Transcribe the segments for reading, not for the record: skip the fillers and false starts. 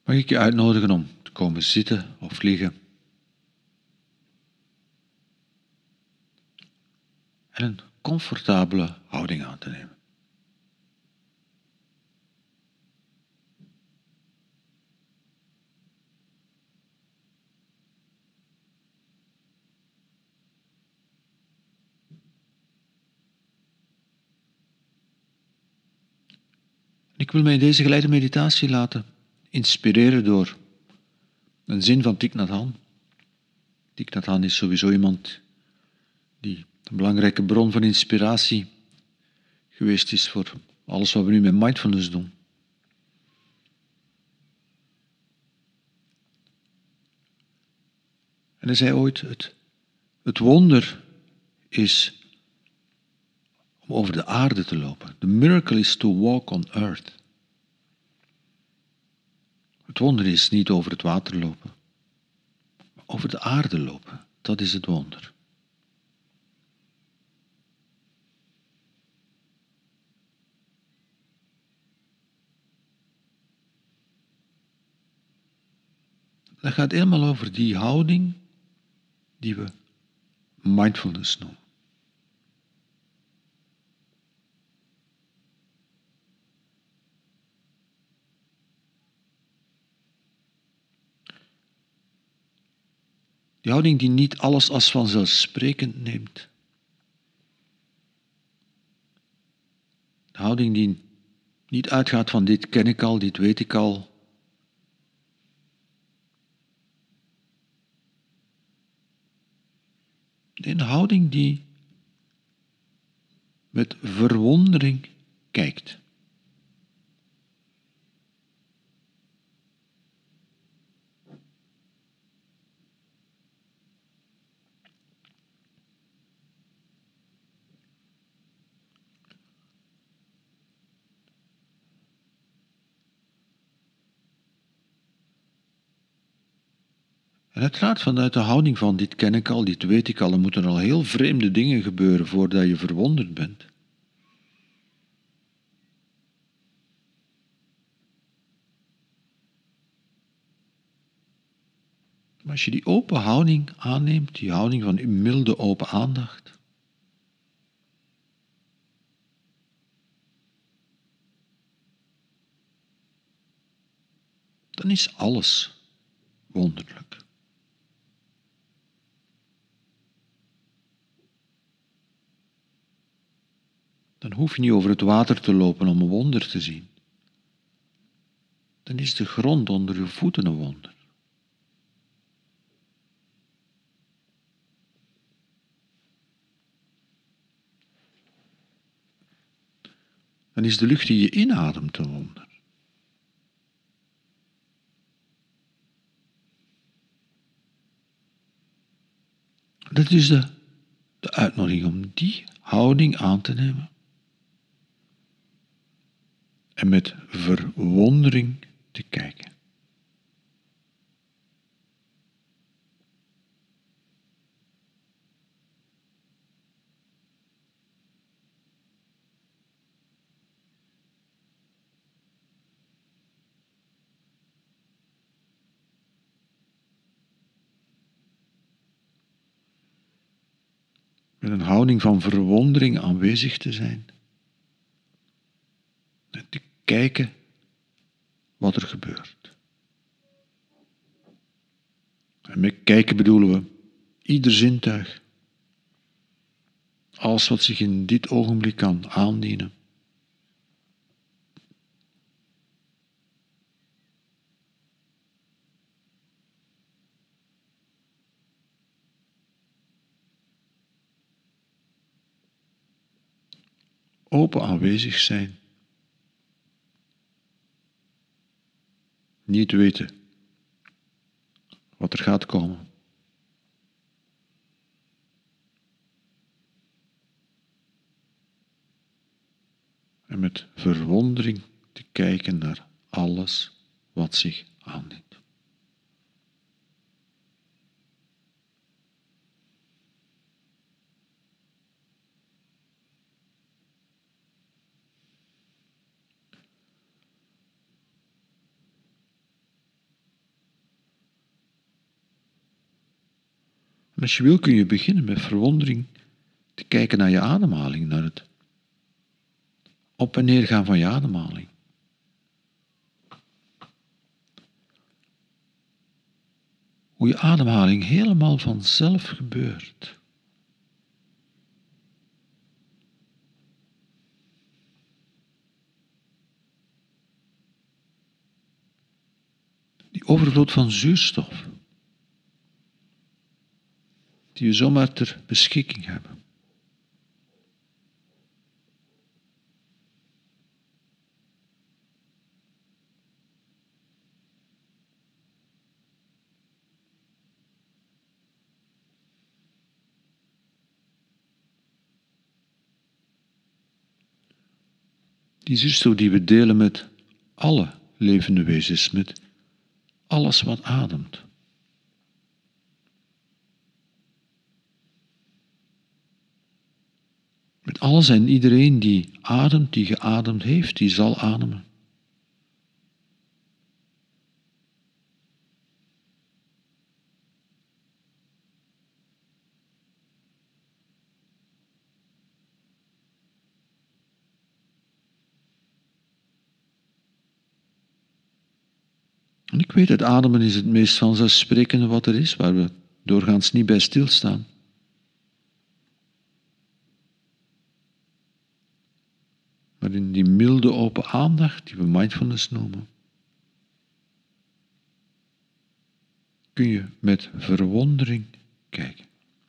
Mag ik je uitnodigen om te komen zitten of liggen en een comfortabele houding aan te nemen. Ik wil mij in deze geleide meditatie laten inspireren door een zin van Thich Nhat Hanh. Thich Nhat Hanh is sowieso iemand die een belangrijke bron van inspiratie geweest is voor alles wat we nu met mindfulness doen. En hij zei ooit, het wonder is om over de aarde te lopen. The miracle is to walk on earth. Het wonder is niet over het water lopen, maar over de aarde lopen. Dat is het wonder. Dat gaat helemaal over die houding die we mindfulness noemen. Die houding die niet alles als vanzelfsprekend neemt. De houding die niet uitgaat van dit ken ik al, dit weet ik al. Een houding die met verwondering kijkt. En uiteraard vanuit de houding van dit ken ik al, dit weet ik al, er moeten al heel vreemde dingen gebeuren voordat je verwonderd bent. Maar als je die open houding aanneemt, die houding van milde open aandacht, dan is alles wonderlijk. Dan hoef je niet over het water te lopen om een wonder te zien. Dan is de grond onder je voeten een wonder. Dan is de lucht die je inademt een wonder. Dat is de uitnodiging om die houding aan te nemen. En met verwondering te kijken. Met een houding van verwondering aanwezig te zijn. En te kijken wat er gebeurt. En met kijken bedoelen we ieder zintuig. Alles wat zich in dit ogenblik kan aandienen. Open aanwezig zijn. Niet weten wat er gaat komen. En met verwondering te kijken naar alles wat zich aandient. Als je wil kun je beginnen met verwondering te kijken naar je ademhaling, naar het op- en neergaan van je ademhaling. Hoe je ademhaling helemaal vanzelf gebeurt. Die overvloed van zuurstof, die we zomaar ter beschikking hebben. Die zuurstof die we delen met alle levende wezens, met alles wat ademt. Met alles en iedereen die ademt, die geademd heeft, die zal ademen. En ik weet dat ademen is het meest vanzelfsprekende wat er is, waar we doorgaans niet bij stilstaan. Maar in die milde open aandacht, die we mindfulness noemen, kun je met verwondering kijken.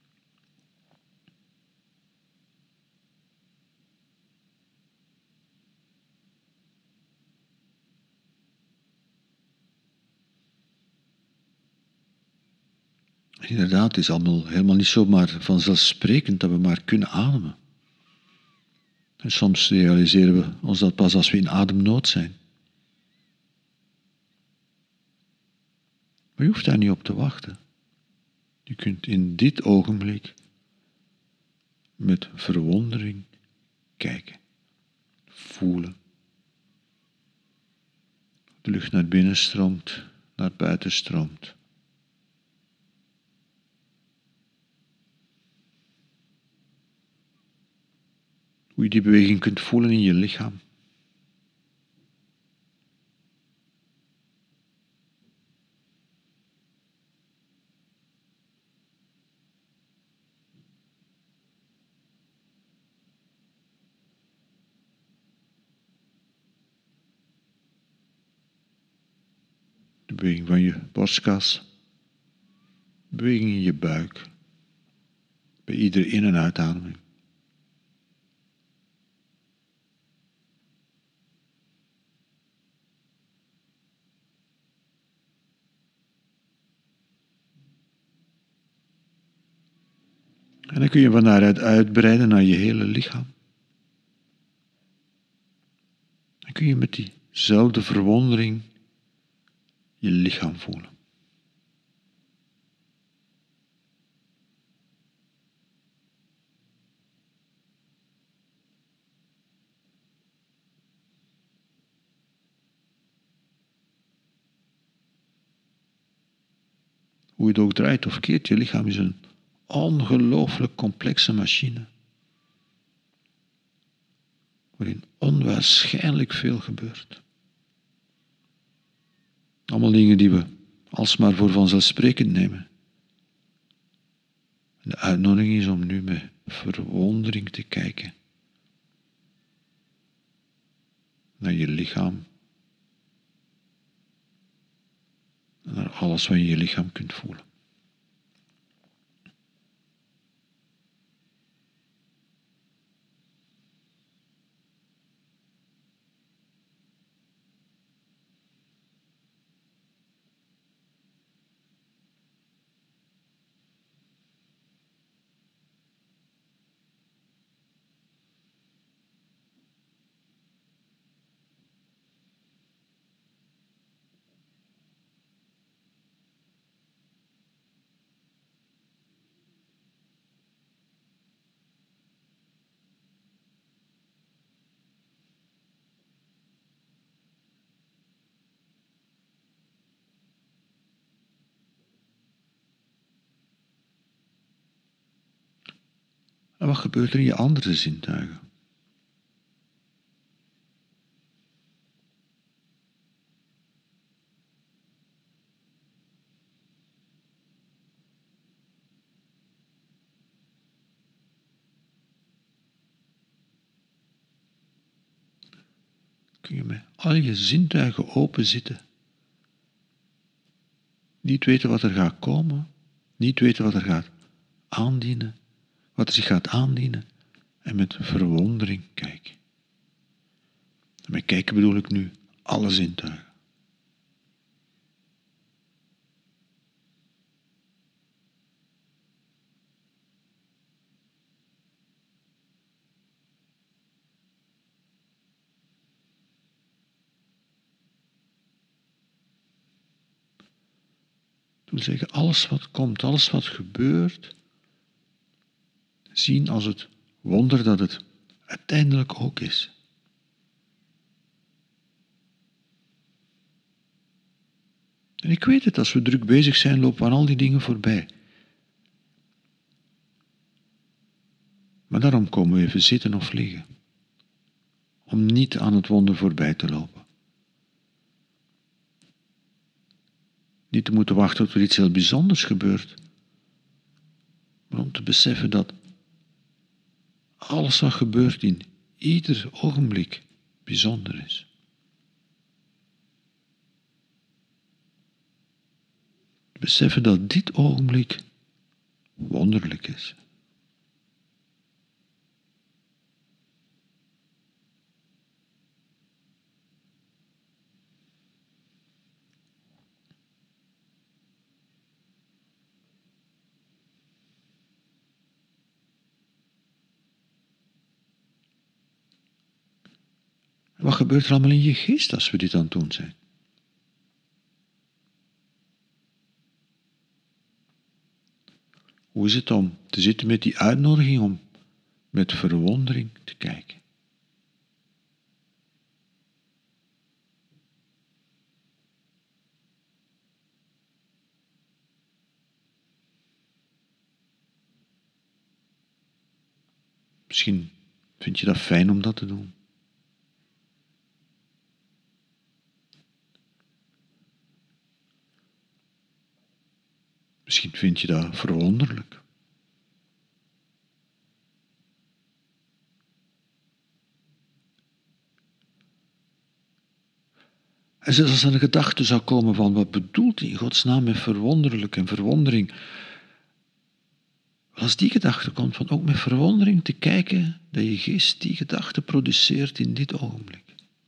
Inderdaad, het is allemaal helemaal niet zomaar vanzelfsprekend dat we maar kunnen ademen. En soms realiseren we ons dat pas als we in ademnood zijn. Maar je hoeft daar niet op te wachten. Je kunt in dit ogenblik met verwondering kijken, voelen. De lucht naar binnen stroomt, naar buiten stroomt. Hoe je die beweging kunt voelen in je lichaam. De beweging van je borstkas. Beweging in je buik. Bij iedere in- en uitademing. En dan kun je van daaruit uitbreiden naar je hele lichaam. Dan kun je met diezelfde verwondering je lichaam voelen. Hoe je het ook draait of keert, je lichaam is een ongelooflijk complexe machine. Waarin onwaarschijnlijk veel gebeurt. Allemaal dingen die we alsmaar voor vanzelfsprekend nemen. De uitnodiging is om nu met verwondering te kijken naar je lichaam en naar alles wat je in je lichaam kunt voelen. En wat gebeurt er in je andere zintuigen? Kun je met al je zintuigen open zitten. Niet weten wat er gaat komen. Niet weten wat er gaat aandienen. Wat er zich gaat aandienen. En met verwondering kijken. En met kijken bedoel ik nu alle zintuigen. Dat wil zeggen, alles wat komt, alles wat gebeurt, zien als het wonder dat het uiteindelijk ook is. En ik weet het, als we druk bezig zijn, lopen we aan al die dingen voorbij. Maar daarom komen we even zitten of liggen. Om niet aan het wonder voorbij te lopen. Niet te moeten wachten tot er iets heel bijzonders gebeurt. Maar om te beseffen dat alles wat gebeurt in ieder ogenblik bijzonder is. Beseffen dat dit ogenblik wonderlijk is. Wat gebeurt er allemaal in je geest als we dit aan het doen zijn? Hoe is het om te zitten met die uitnodiging om met verwondering te kijken? Misschien vind je dat fijn om dat te doen. Misschien vind je dat verwonderlijk. En zelfs als er een gedachte zou komen van wat bedoelt hij in godsnaam met verwonderlijk en verwondering. Als die gedachte komt van ook met verwondering te kijken dat je geest die gedachte produceert in dit ogenblik.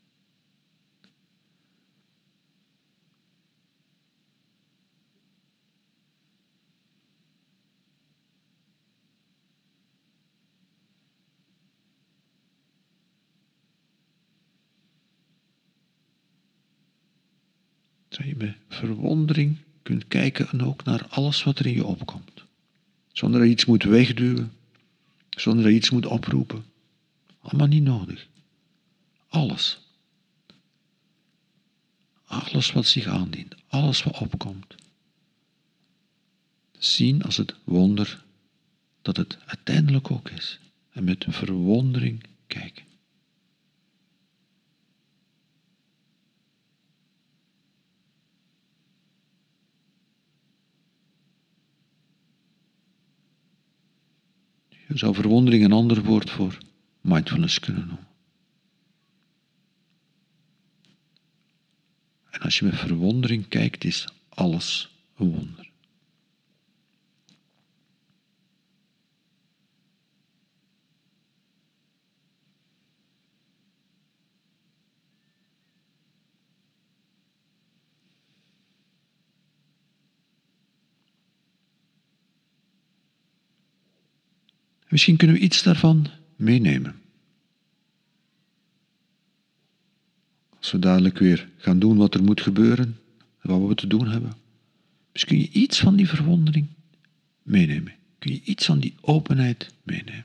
Dat je met verwondering kunt kijken en ook naar alles wat er in je opkomt. Zonder dat je iets moet wegduwen, zonder dat je iets moet oproepen. Allemaal niet nodig. Alles. Alles wat zich aandient, alles wat opkomt. Zien als het wonder dat het uiteindelijk ook is. En met verwondering kijken. Je zou verwondering een ander woord voor mindfulness kunnen noemen. En als je met verwondering kijkt, is alles een wonder. Misschien kunnen we iets daarvan meenemen. Als we dadelijk weer gaan doen wat er moet gebeuren, en wat we te doen hebben. Misschien kun je iets van die verwondering meenemen. Kun je iets van die openheid meenemen.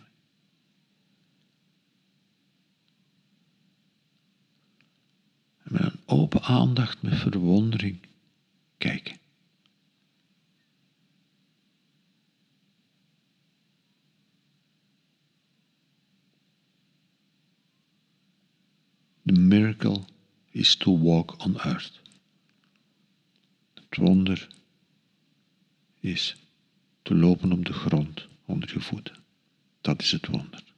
En met een open aandacht, met verwondering kijken. The miracle is to walk on earth. Het wonder is te lopen op de grond onder je voeten. Dat is het wonder.